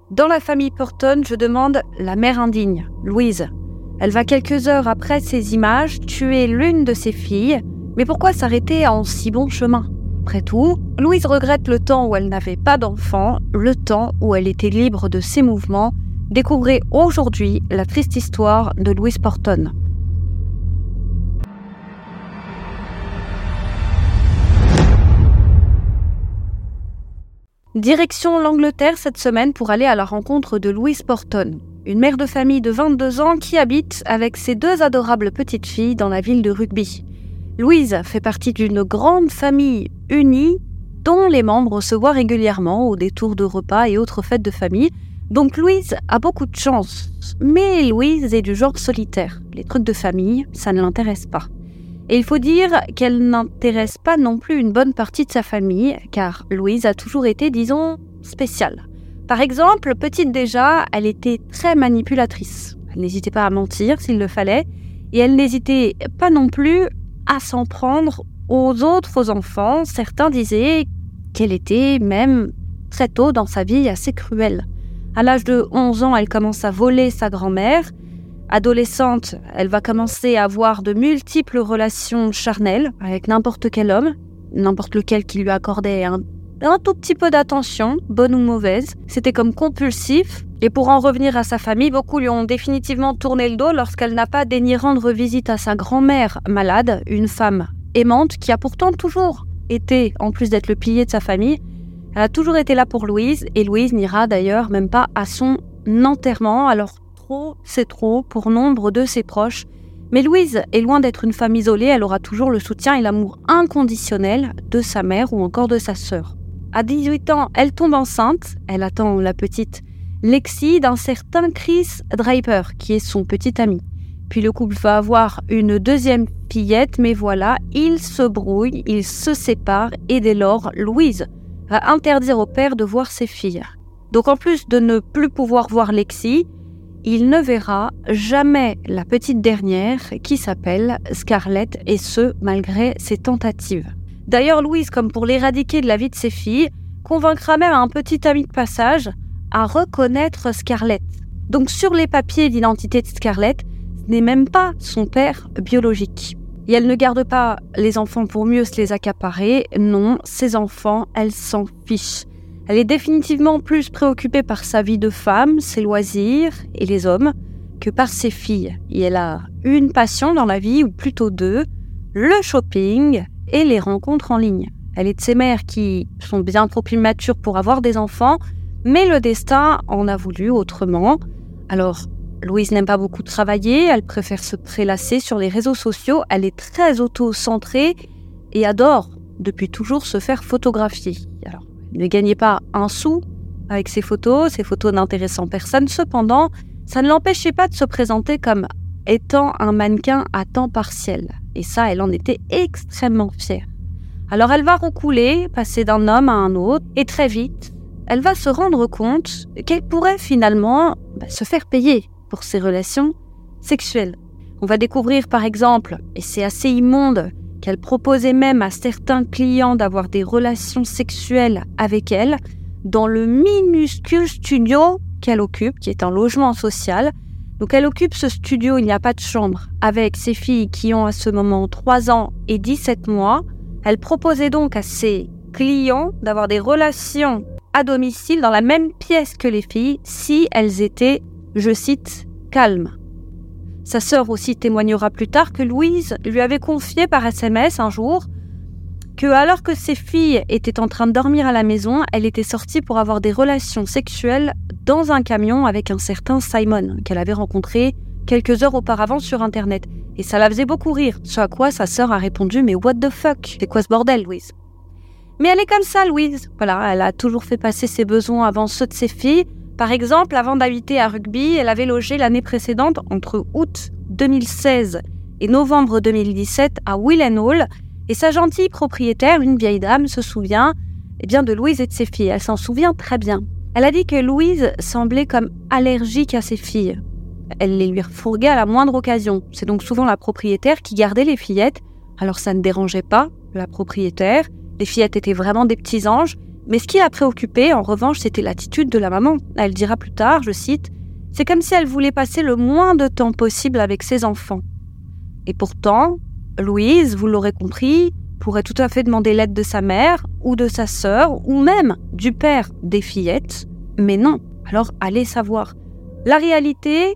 Dans la famille Porton, je demande la mère indigne, Louise. Elle va quelques heures après ces images tuer l'une de ses filles, mais pourquoi s'arrêter en si bon chemin ? Après tout, Louise regrette le temps où elle n'avait pas d'enfant, le temps où elle était libre de ses mouvements. Découvrez aujourd'hui la triste histoire de Louise Porton. Direction l'Angleterre cette semaine pour aller à la rencontre de Louise Porton, une mère de famille de 22 ans qui habite avec ses 2 adorables petites filles dans la ville de Rugby. Louise fait partie d'une grande famille unie dont les membres se voient régulièrement au détour de repas et autres fêtes de famille. Donc Louise a beaucoup de chance. Mais Louise est du genre solitaire. Les trucs de famille, ça ne l'intéresse pas. Et il faut dire qu'elle n'intéresse pas non plus une bonne partie de sa famille, car Louise a toujours été, disons, spéciale. Par exemple, petite déjà, elle était très manipulatrice. Elle n'hésitait pas à mentir s'il le fallait, et elle n'hésitait pas non plus à s'en prendre aux autres enfants. Certains disaient qu'elle était même très tôt dans sa vie assez cruelle. À l'âge de 11 ans, elle commence à voler sa grand-mère. Adolescente, elle va commencer à avoir de multiples relations charnelles avec n'importe quel homme, n'importe lequel qui lui accordait un tout petit peu d'attention, bonne ou mauvaise. C'était comme compulsif. Et pour en revenir à sa famille, beaucoup lui ont définitivement tourné le dos lorsqu'elle n'a pas daigné rendre visite à sa grand-mère malade, une femme aimante qui a pourtant toujours été, en plus d'être le pilier de sa famille, elle a toujours été là pour Louise, et Louise n'ira d'ailleurs même pas à son enterrement. Alors c'est trop pour nombre de ses proches. Mais Louise est loin d'être une femme isolée, elle aura toujours le soutien et l'amour inconditionnel de sa mère ou encore de sa sœur. À 18 ans, elle tombe enceinte, elle attend la petite Lexi d'un certain Chris Draper, qui est son petit ami. Puis le couple va avoir une deuxième fillette, mais voilà, ils se brouillent, ils se séparent et dès lors, Louise va interdire au père de voir ses filles. Donc en plus de ne plus pouvoir voir Lexi, il ne verra jamais la petite dernière qui s'appelle Scarlett, et ce, malgré ses tentatives. D'ailleurs, Louise, comme pour l'éradiquer de la vie de ses filles, convaincra même un petit ami de passage à reconnaître Scarlett. Donc sur les papiers d'identité de Scarlett, ce n'est même pas son père biologique. Et elle ne garde pas les enfants pour mieux se les accaparer. Non, ses enfants, elle s'en fiche. Elle est définitivement plus préoccupée par sa vie de femme, ses loisirs et les hommes, que par ses filles. Et elle a une passion dans la vie, ou plutôt 2, le shopping et les rencontres en ligne. Elle est de ces mères qui sont bien trop immatures pour avoir des enfants, mais le destin en a voulu autrement. Alors, Louise n'aime pas beaucoup travailler, elle préfère se prélasser sur les réseaux sociaux, elle est très auto-centrée et adore depuis toujours se faire photographier. Alors, elle ne gagnait pas un sou avec ses photos n'intéressant personne. Cependant, ça ne l'empêchait pas de se présenter comme étant un mannequin à temps partiel. Et ça, elle en était extrêmement fière. Alors elle va roucouler, passer d'un homme à un autre, et très vite, elle va se rendre compte qu'elle pourrait finalement se faire payer pour ses relations sexuelles. On va découvrir par exemple, et c'est assez immonde, qu'elle proposait même à certains clients d'avoir des relations sexuelles avec elle dans le minuscule studio qu'elle occupe, qui est un logement social. Donc elle occupe ce studio, il n'y a pas de chambre, avec ses filles qui ont à ce moment 3 ans et 17 mois. Elle proposait donc à ses clients d'avoir des relations à domicile dans la même pièce que les filles si elles étaient, je cite, calmes. Sa sœur aussi témoignera plus tard que Louise lui avait confié par SMS un jour que alors que ses filles étaient en train de dormir à la maison, elle était sortie pour avoir des relations sexuelles dans un camion avec un certain Simon qu'elle avait rencontré quelques heures auparavant sur Internet. Et ça la faisait beaucoup rire, ce à quoi sa sœur a répondu « Mais what the fuck ? C'est quoi ce bordel, Louise ?» Mais elle est comme ça, Louise. Voilà, elle a toujours fait passer ses besoins avant ceux de ses filles. Par exemple, avant d'habiter à Rugby, elle avait logé l'année précédente, entre août 2016 et novembre 2017, à Willen Hall. Et sa gentille propriétaire, une vieille dame, se souvient de Louise et de ses filles. Elle s'en souvient très bien. Elle a dit que Louise semblait comme allergique à ses filles. Elle les lui refourguait à la moindre occasion. C'est donc souvent la propriétaire qui gardait les fillettes. Alors ça ne dérangeait pas la propriétaire. Les fillettes étaient vraiment des petits anges. Mais ce qui l'a préoccupée, en revanche, c'était l'attitude de la maman. Elle dira plus tard, je cite, « C'est comme si elle voulait passer le moins de temps possible avec ses enfants. » Et pourtant, Louise, vous l'aurez compris, pourrait tout à fait demander l'aide de sa mère ou de sa sœur ou même du père des fillettes. Mais non, alors allez savoir. La réalité,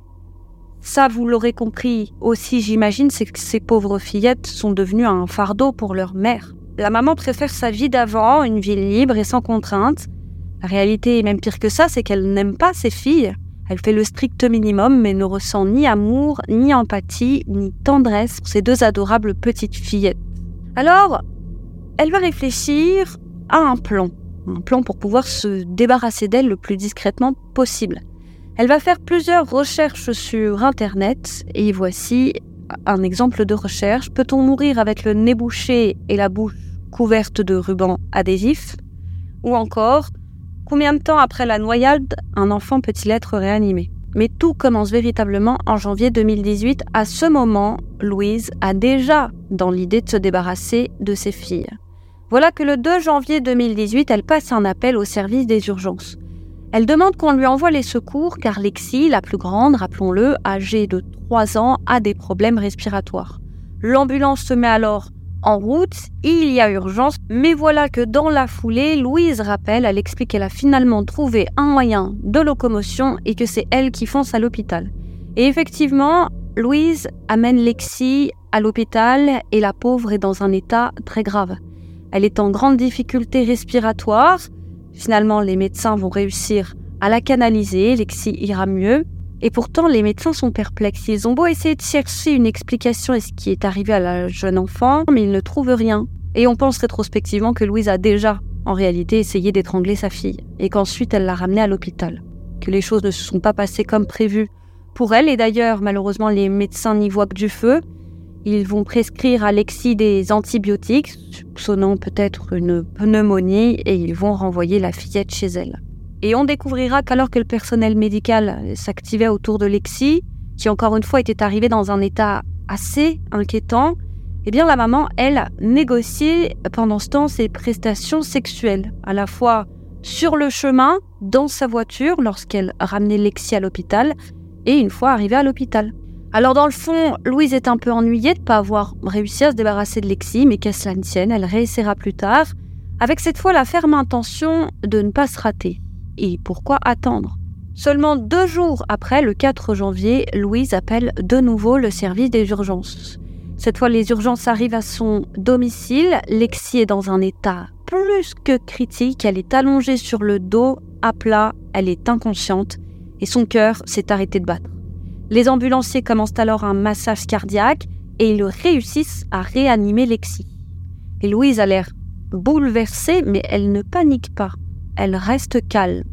ça vous l'aurez compris aussi j'imagine, c'est que ces pauvres fillettes sont devenues un fardeau pour leur mère. La maman préfère sa vie d'avant, une vie libre et sans contrainte. La réalité est même pire que ça, c'est qu'elle n'aime pas ses filles. Elle fait le strict minimum mais ne ressent ni amour, ni empathie, ni tendresse pour ces deux adorables petites fillettes. Alors, elle va réfléchir à un plan pour pouvoir se débarrasser d'elle le plus discrètement possible. Elle va faire plusieurs recherches sur Internet et voici un exemple de recherche. Peut-on mourir avec le nez bouché et la bouche couverte de rubans adhésifs ? Ou encore, combien de temps après la noyade un enfant peut-il être réanimé ? Mais tout commence véritablement en janvier 2018. À ce moment, Louise a déjà dans l'idée de se débarrasser de ses filles. Voilà que le 2 janvier 2018, elle passe un appel au service des urgences. Elle demande qu'on lui envoie les secours car Lexi, la plus grande, rappelons-le, âgée de 3 ans, a des problèmes respiratoires. L'ambulance se met alors en route, il y a urgence, mais voilà que dans la foulée, Louise rappelle, elle explique qu'elle a finalement trouvé un moyen de locomotion et que c'est elle qui fonce à l'hôpital. Et effectivement, Louise amène Lexi à l'hôpital et la pauvre est dans un état très grave. Elle est en grande difficulté respiratoire. Finalement, les médecins vont réussir à la canaliser, Lexi ira mieux. Et pourtant, les médecins sont perplexes. Ils ont beau essayer de chercher une explication à ce qui est arrivé à la jeune enfant, mais ils ne trouvent rien. Et on pense rétrospectivement que Louise a déjà, en réalité, essayé d'étrangler sa fille, et qu'ensuite elle l'a ramenée à l'hôpital. Que les choses ne se sont pas passées comme prévu pour elle, et d'ailleurs, malheureusement, les médecins n'y voient que du feu. Ils vont prescrire à Lexi des antibiotiques, soupçonnant peut-être une pneumonie, et ils vont renvoyer la fillette chez elle. Et on découvrira qu'alors que le personnel médical s'activait autour de Lexi, qui encore une fois était arrivée dans un état assez inquiétant, eh bien la maman, elle, négociait pendant ce temps ses prestations sexuelles, à la fois sur le chemin, dans sa voiture, lorsqu'elle ramenait Lexi à l'hôpital, et une fois arrivée à l'hôpital. Alors dans le fond, Louise est un peu ennuyée de ne pas avoir réussi à se débarrasser de Lexi, mais qu'à cela ne tienne, elle réessayera plus tard, avec cette fois la ferme intention de ne pas se rater. Et pourquoi attendre ? Seulement 2 jours après, le 4 janvier, Louise appelle de nouveau le service des urgences. Cette fois, les urgences arrivent à son domicile. Lexi est dans un état plus que critique. Elle est allongée sur le dos, à plat, elle est inconsciente et son cœur s'est arrêté de battre. Les ambulanciers commencent alors un massage cardiaque et ils réussissent à réanimer Lexi. Et Louise a l'air bouleversée, mais elle ne panique pas. Elle reste calme.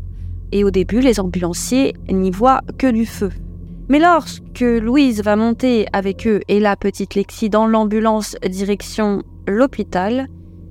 Et au début, les ambulanciers n'y voient que du feu. Mais lorsque Louise va monter avec eux et la petite Lexi dans l'ambulance direction l'hôpital,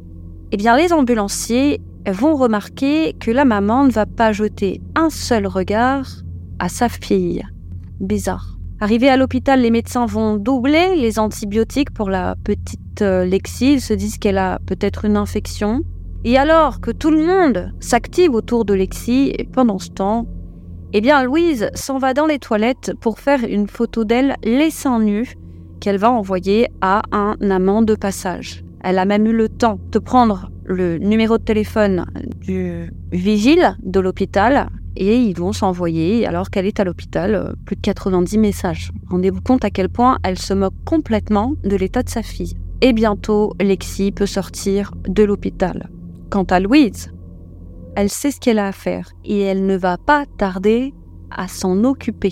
eh bien les ambulanciers vont remarquer que la maman ne va pas jeter un seul regard à sa fille. Bizarre. Arrivée à l'hôpital, les médecins vont doubler les antibiotiques pour la petite Lexi. Ils se disent qu'elle a peut-être une infection. Et alors que tout le monde s'active autour de Lexi, et pendant ce temps, eh bien Louise s'en va dans les toilettes pour faire une photo d'elle les seins nus qu'elle va envoyer à un amant de passage. Elle a même eu le temps de prendre le numéro de téléphone du vigile de l'hôpital et ils vont s'envoyer, alors qu'elle est à l'hôpital, plus de 90 messages. Rendez-vous compte à quel point elle se moque complètement de l'état de sa fille. Et bientôt, Lexi peut sortir de l'hôpital. Quant à Louise, elle sait ce qu'elle a à faire et elle ne va pas tarder à s'en occuper.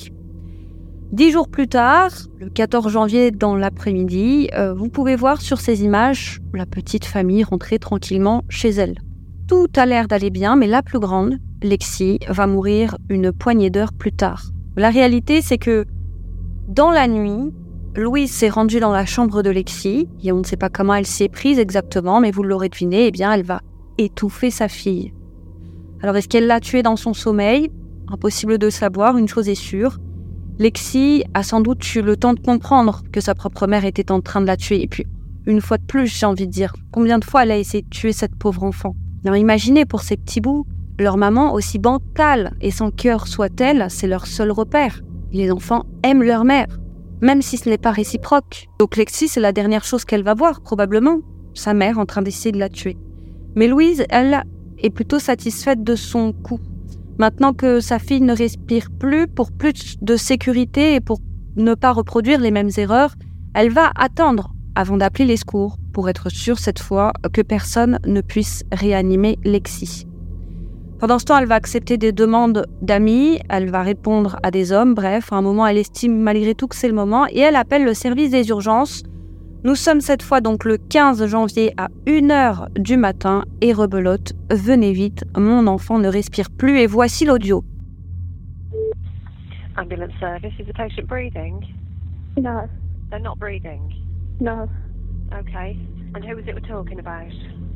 10 jours plus tard, le 14 janvier dans l'après-midi, vous pouvez voir sur ces images la petite famille rentrer tranquillement chez elle. Tout a l'air d'aller bien, mais la plus grande, Lexi, va mourir une poignée d'heures plus tard. La réalité, c'est que dans la nuit, Louise s'est rendue dans la chambre de Lexi et on ne sait pas comment elle s'y est prise exactement, mais vous l'aurez deviné, eh bien, elle va étouffer sa fille. Alors, est-ce qu'elle l'a tuée dans son sommeil ? Impossible de le savoir, une chose est sûre. Lexi a sans doute eu le temps de comprendre que sa propre mère était en train de la tuer. Et puis, une fois de plus, j'ai envie de dire, combien de fois elle a essayé de tuer cette pauvre enfant ? Alors imaginez pour ces petits bouts, leur maman, aussi bancale et sans cœur soit-elle, c'est leur seul repère. Les enfants aiment leur mère, même si ce n'est pas réciproque. Donc Lexi, c'est la dernière chose qu'elle va voir, probablement, sa mère en train d'essayer de la tuer. Mais Louise, elle, est plutôt satisfaite de son coup. Maintenant que sa fille ne respire plus, pour plus de sécurité et pour ne pas reproduire les mêmes erreurs, elle va attendre avant d'appeler les secours pour être sûre cette fois que personne ne puisse réanimer Lexi. Pendant ce temps, elle va accepter des demandes d'amis, elle va répondre à des hommes, bref, à un moment, elle estime malgré tout que c'est le moment et elle appelle le service des urgences. Nous sommes cette fois donc le 15 janvier à 1h du matin et rebelote, venez vite, mon enfant ne respire plus et voici l'audio. Ambulance service, is the patient breathing? No. They're not breathing? No. Okay. And who was it we're talking about?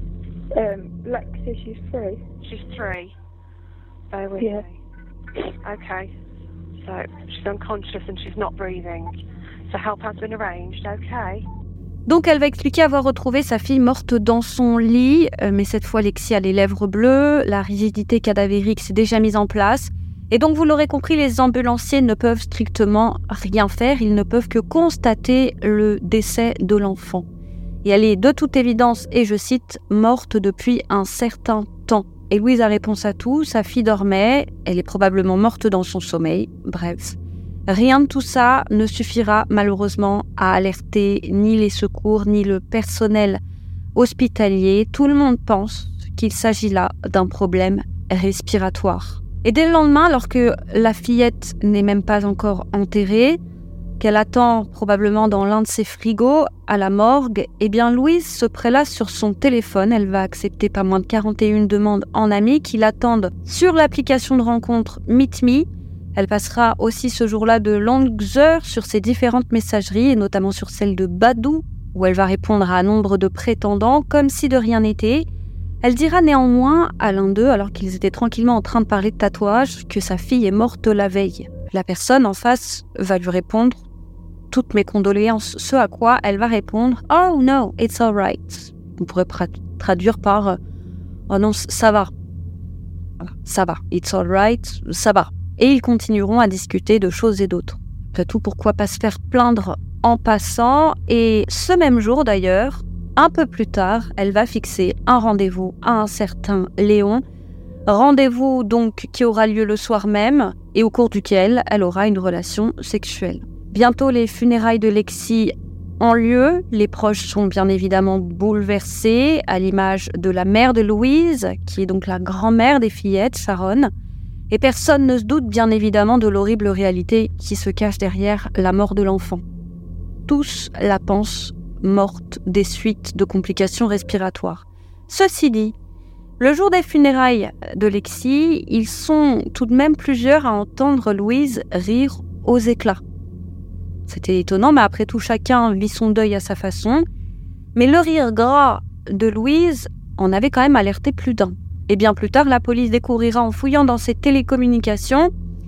Lexi, she's 3. She's 3. Bear with Yeah. me. Okay. So she's unconscious and she's not breathing. So help has been arranged, okay? Donc elle va expliquer avoir retrouvé sa fille morte dans son lit, mais cette fois Lexi a les lèvres bleues, la rigidité cadavérique s'est déjà mise en place. Et donc vous l'aurez compris, les ambulanciers ne peuvent strictement rien faire, ils ne peuvent que constater le décès de l'enfant. Et elle est de toute évidence, et je cite, morte depuis un certain temps. Et Louise a réponse à tout, sa fille dormait, elle est probablement morte dans son sommeil, bref. Rien de tout ça ne suffira malheureusement à alerter ni les secours ni le personnel hospitalier. Tout le monde pense qu'il s'agit là d'un problème respiratoire. Et dès le lendemain, alors que la fillette n'est même pas encore enterrée, qu'elle attend probablement dans l'un de ses frigos à la morgue, eh bien Louise se prélasse sur son téléphone. Elle va accepter pas moins de 41 demandes en amis qui l'attendent sur l'application de rencontre Meet Me. Elle passera aussi ce jour-là de longues heures sur ses différentes messageries, et notamment sur celle de Badou, où elle va répondre à un nombre de prétendants comme si de rien n'était. Elle dira néanmoins à l'un d'eux, alors qu'ils étaient tranquillement en train de parler de tatouage, que sa fille est morte la veille. La personne en face va lui répondre « Toutes mes condoléances », ce à quoi elle va répondre « Oh no, it's alright ». On pourrait traduire par « Oh non, ça va ». Voilà, ça va, it's alright, ça va. Et ils continueront à discuter de choses et d'autres. Après tout, pourquoi pas se faire plaindre en passant? Et ce même jour d'ailleurs, un peu plus tard, elle va fixer un rendez-vous à un certain Léon. Rendez-vous donc qui aura lieu le soir même et au cours duquel elle aura une relation sexuelle. Bientôt, les funérailles de Lexi ont lieu. Les proches sont bien évidemment bouleversés, à l'image de la mère de Louise, qui est donc la grand-mère des fillettes, Sharon. Et personne ne se doute bien évidemment de l'horrible réalité qui se cache derrière la mort de l'enfant. Tous la pensent morte des suites de complications respiratoires. Ceci dit, le jour des funérailles de Lexi, ils sont tout de même plusieurs à entendre Louise rire aux éclats. C'était étonnant, mais après tout, chacun vit son deuil à sa façon. Mais le rire gras de Louise en avait quand même alerté plus d'un. Et bien plus tard, la police découvrira en fouillant dans ses télécommunications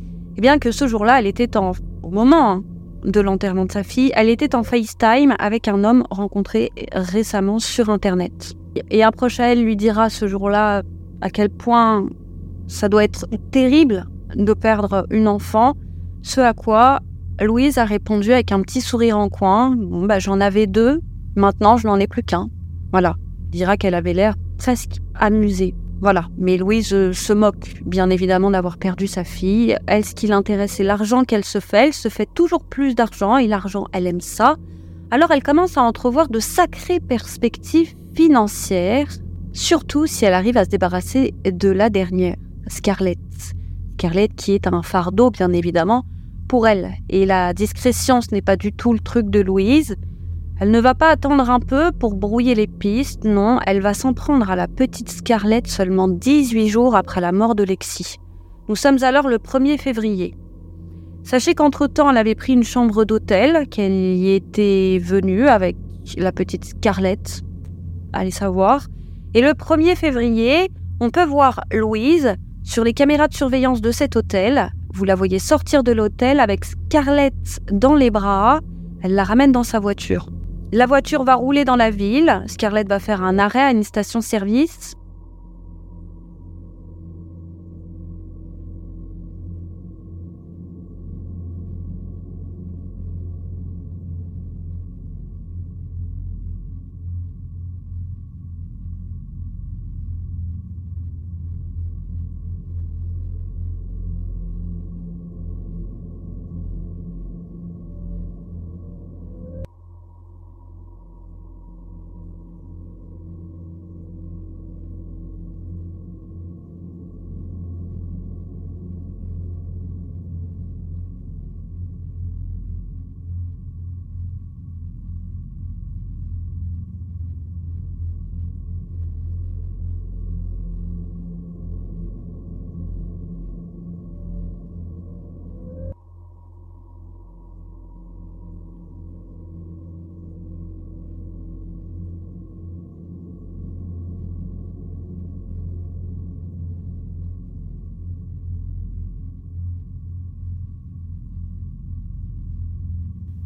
que ce jour-là, elle était au moment de l'enterrement de sa fille, elle était en FaceTime avec un homme rencontré récemment sur Internet. Et un proche à elle lui dira ce jour-là à quel point ça doit être terrible de perdre une enfant, ce à quoi Louise a répondu avec un petit sourire en coin. J'en avais 2, maintenant je n'en ai plus qu'un. Voilà, il dira qu'elle avait l'air presque amusée. Voilà, mais Louise se moque bien évidemment d'avoir perdu sa fille. Elle, ce qui l'intéresse, c'est l'argent qu'elle se fait. Elle se fait toujours plus d'argent et l'argent, elle aime ça. Alors elle commence à entrevoir de sacrées perspectives financières, surtout si elle arrive à se débarrasser de la dernière, Scarlett. Scarlett qui est un fardeau bien évidemment pour elle. Et la discrétion, ce n'est pas du tout le truc de Louise. Elle ne va pas attendre un peu pour brouiller les pistes, non, elle va s'en prendre à la petite Scarlett seulement 18 jours après la mort de Lexi. Nous sommes alors le 1er février. Sachez qu'entre-temps, elle avait pris une chambre d'hôtel, qu'elle y était venue avec la petite Scarlett, allez savoir. Et le 1er février, on peut voir Louise sur les caméras de surveillance de cet hôtel. Vous la voyez sortir de l'hôtel avec Scarlett dans les bras, elle la ramène dans sa voiture. La voiture va rouler dans la ville, Scarlett va faire un arrêt à une station-service.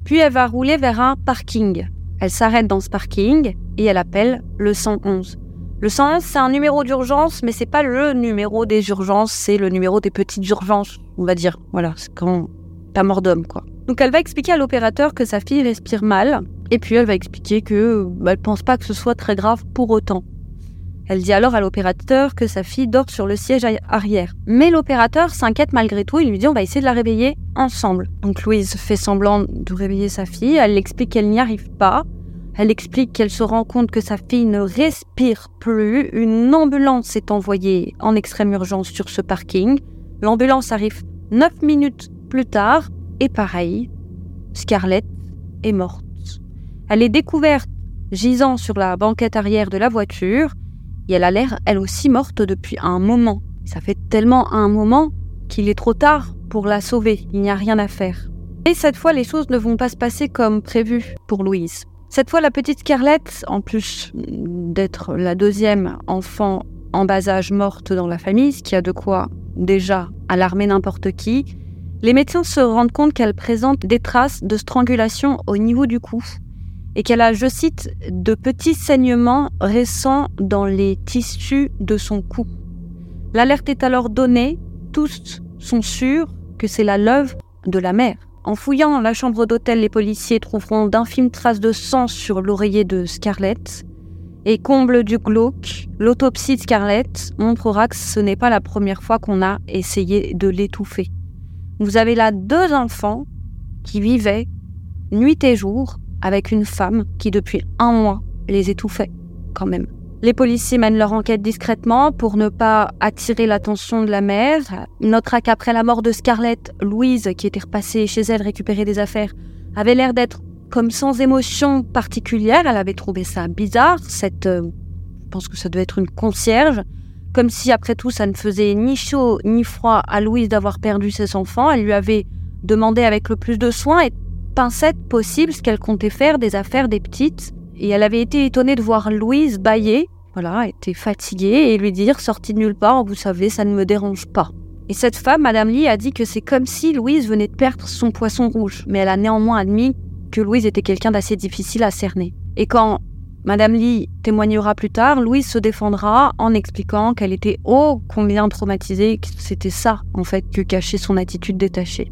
Puis elle va rouler vers un parking. Elle s'arrête dans ce parking et elle appelle le 111. Le 111, c'est un numéro d'urgence, mais c'est pas le numéro des urgences, c'est le numéro des petites urgences, on va dire. Voilà, c'est quand t'as mort d'homme, quoi. Donc elle va expliquer à l'opérateur que sa fille respire mal, et puis elle va expliquer que elle pense pas que ce soit très grave pour autant. Elle dit alors à l'opérateur que sa fille dort sur le siège arrière. Mais l'opérateur s'inquiète malgré tout, il lui dit on va essayer de la réveiller ensemble. Donc Louise fait semblant de réveiller sa fille, elle explique qu'elle n'y arrive pas. Elle explique qu'elle se rend compte que sa fille ne respire plus. Une ambulance est envoyée en extrême urgence sur ce parking. L'ambulance arrive 9 minutes plus tard et pareil, Scarlett est morte. Elle est découverte gisant sur la banquette arrière de la voiture et elle a l'air, elle aussi, morte depuis un moment. Ça fait tellement un moment qu'il est trop tard pour la sauver. Il n'y a rien à faire. Et cette fois, les choses ne vont pas se passer comme prévu pour Louise. Cette fois, la petite Scarlett, en plus d'être la deuxième enfant en bas âge morte dans la famille, ce qui a de quoi déjà alarmer n'importe qui, les médecins se rendent compte qu'elle présente des traces de strangulation au niveau du cou et qu'elle a, je cite, de petits saignements récents dans les tissus de son cou. L'alerte est alors donnée, tous sont sûrs que c'est l'œuvre de la mère. En fouillant la chambre d'hôtel, les policiers trouveront d'infimes traces de sang sur l'oreiller de Scarlett. Et comble du glauque, l'autopsie de Scarlett montrera que ce n'est pas la première fois qu'on a essayé de l'étouffer. Vous avez là 2 enfants qui vivaient nuit et jour avec une femme qui depuis 1 mois les étouffait quand même. Les policiers mènent leur enquête discrètement pour ne pas attirer l'attention de la mère. Notera qu'après la mort de Scarlett, Louise, qui était repassée chez elle récupérer des affaires, avait l'air d'être comme sans émotion particulière. Elle avait trouvé ça bizarre. Je pense que ça devait être une concierge. Comme si après tout, ça ne faisait ni chaud ni froid à Louise d'avoir perdu ses enfants. Elle lui avait demandé avec le plus de soin et pincette possible ce qu'elle comptait faire des affaires des petites. Et elle avait été étonnée de voir Louise bâiller, elle était fatiguée, et lui dire, sortie de nulle part, vous savez, ça ne me dérange pas. Et cette femme, Madame Lee, a dit que c'est comme si Louise venait de perdre son poisson rouge, mais elle a néanmoins admis que Louise était quelqu'un d'assez difficile à cerner. Et quand Madame Lee témoignera plus tard, Louise se défendra en expliquant qu'elle était ô combien traumatisée, que c'était ça, en fait, que cachait son attitude détachée.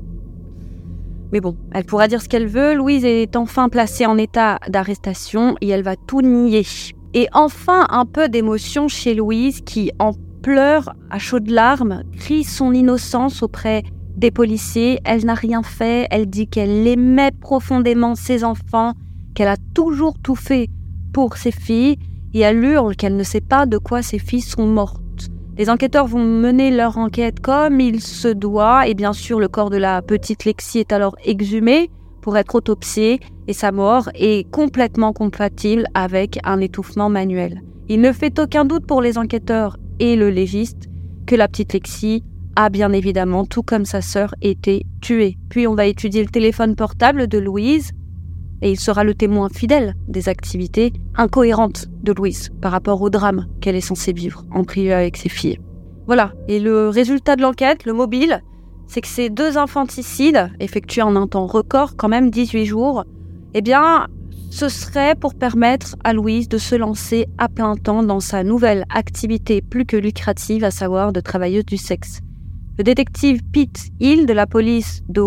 Mais bon, elle pourra dire ce qu'elle veut, Louise est enfin placée en état d'arrestation et elle va tout nier. Et enfin, un peu d'émotion chez Louise qui, en pleurs à chaudes larmes, crie son innocence auprès des policiers. Elle n'a rien fait, elle dit qu'elle aimait profondément ses enfants, qu'elle a toujours tout fait pour ses filles et elle hurle qu'elle ne sait pas de quoi ses filles sont mortes. Les enquêteurs vont mener leur enquête comme il se doit et bien sûr le corps de la petite Lexi est alors exhumé pour être autopsié et sa mort est complètement compatible avec un étouffement manuel. Il ne fait aucun doute pour les enquêteurs et le légiste que la petite Lexi a bien évidemment, tout comme sa sœur, été tuée. Puis on va étudier le téléphone portable de Louise et il sera le témoin fidèle des activités incohérentes de Louise par rapport au drame qu'elle est censée vivre en privé avec ses filles. Voilà, et le résultat de l'enquête, le mobile, c'est que ces 2 infanticides, effectués en un temps record, quand même 18 jours, eh bien, ce serait pour permettre à Louise de se lancer à plein temps dans sa nouvelle activité plus que lucrative, à savoir de travailleuse du sexe. Le détective Pete Hill de la police de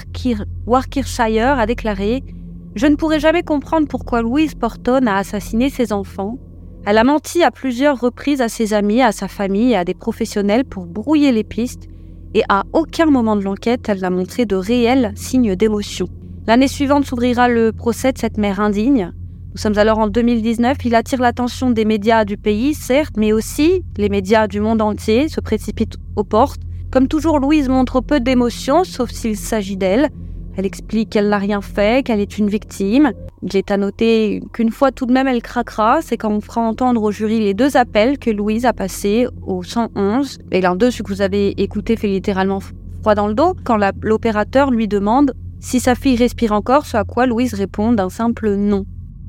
Warwickshire a déclaré « Je ne pourrai jamais comprendre pourquoi Louise Porton a assassiné ses enfants. Elle a menti à plusieurs reprises à ses amis, à sa famille et à des professionnels pour brouiller les pistes et à aucun moment de l'enquête, elle n'a montré de réels signes d'émotion. » L'année suivante s'ouvrira le procès de cette mère indigne. Nous sommes alors en 2019. Il attire l'attention des médias du pays, certes, mais aussi les médias du monde entier se précipitent aux portes. Comme toujours, Louise montre peu d'émotion, sauf s'il s'agit d'elle. Elle explique qu'elle n'a rien fait, qu'elle est une victime. Il est à noter qu'une fois tout de même elle craquera, c'est quand on fera entendre au jury les 2 appels que Louise a passés au 111. Et l'un d'eux, celui que vous avez écouté, fait littéralement froid dans le dos, quand l'opérateur lui demande si sa fille respire encore, ce à quoi Louise répond d'un simple non.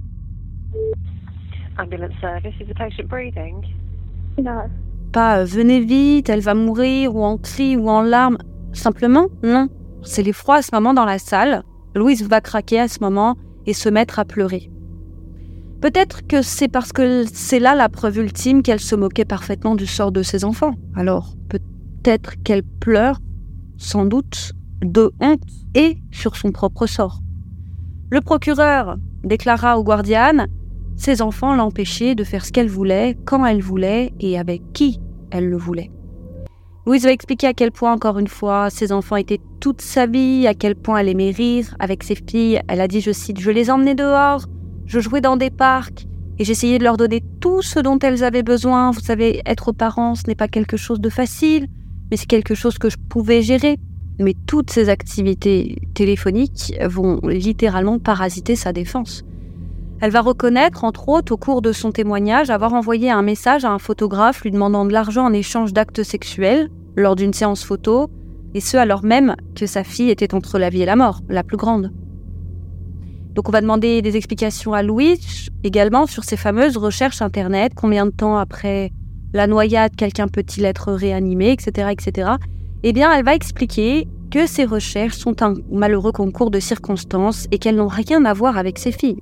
Ambulance service, is the patient breathing? No. Pas venez vite, elle va mourir, ou en cris, ou en larmes. Simplement, non. C'est l'effroi à ce moment dans la salle. Louise va craquer à ce moment et se mettre à pleurer. Peut-être que c'est parce que c'est là la preuve ultime qu'elle se moquait parfaitement du sort de ses enfants. Alors, peut-être qu'elle pleure, sans doute, de honte et sur son propre sort. Le procureur déclara aux Guardian « Ses enfants l'empêchaient de faire ce qu'elle voulait, quand elle voulait et avec qui elle le voulait. » Louise va expliquer à quel point, encore une fois, ses enfants étaient toute sa vie, à quel point elle aimait rire avec ses filles. Elle a dit, je cite, « Je les emmenais dehors, je jouais dans des parcs et j'essayais de leur donner tout ce dont elles avaient besoin. Vous savez, être parent, ce n'est pas quelque chose de facile, mais c'est quelque chose que je pouvais gérer. » Mais toutes ces activités téléphoniques vont littéralement parasiter sa défense. Elle va reconnaître, entre autres, au cours de son témoignage, avoir envoyé un message à un photographe lui demandant de l'argent en échange d'actes sexuels lors d'une séance photo, et ce alors même que sa fille était entre la vie et la mort, la plus grande. Donc on va demander des explications à Louise, également sur ces fameuses recherches Internet, combien de temps après la noyade quelqu'un peut-il être réanimé, etc., etc. Eh bien, elle va expliquer que ces recherches sont un malheureux concours de circonstances et qu'elles n'ont rien à voir avec ses filles.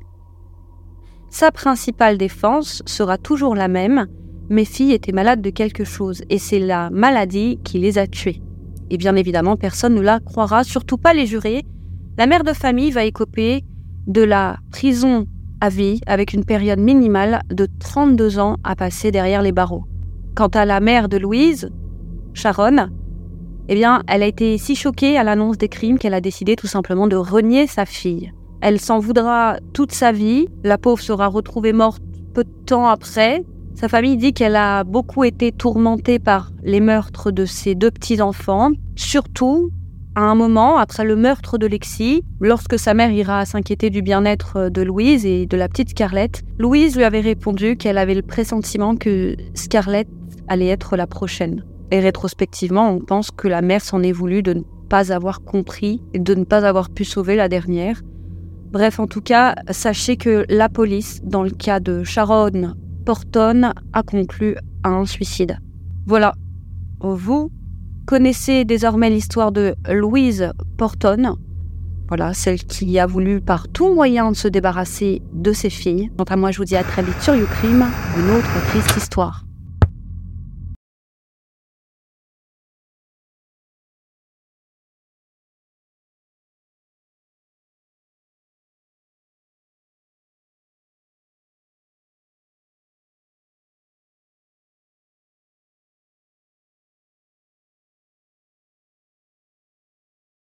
Sa principale défense sera toujours la même. Mes filles étaient malades de quelque chose et c'est la maladie qui les a tuées. Et bien évidemment, personne ne la croira, surtout pas les jurés. La mère de famille va écoper de la prison à vie avec une période minimale de 32 ans à passer derrière les barreaux. Quant à la mère de Louise, Sharon, eh bien, elle a été si choquée à l'annonce des crimes qu'elle a décidé tout simplement de renier sa fille. Elle s'en voudra toute sa vie. La pauvre sera retrouvée morte peu de temps après. Sa famille dit qu'elle a beaucoup été tourmentée par les meurtres de ses 2 petits-enfants. Surtout, à un moment, après le meurtre de Lexi, lorsque sa mère ira s'inquiéter du bien-être de Louise et de la petite Scarlett, Louise lui avait répondu qu'elle avait le pressentiment que Scarlett allait être la prochaine. Et rétrospectivement, on pense que la mère s'en est voulu de ne pas avoir compris et de ne pas avoir pu sauver la dernière. Bref, en tout cas, sachez que la police, dans le cas de Sharon Porton, a conclu à un suicide. Voilà, vous connaissez désormais l'histoire de Louise Porton. Voilà, celle qui a voulu par tout moyen se débarrasser de ses filles. Quant à moi, je vous dis à très vite sur YouCrime, une autre triste histoire.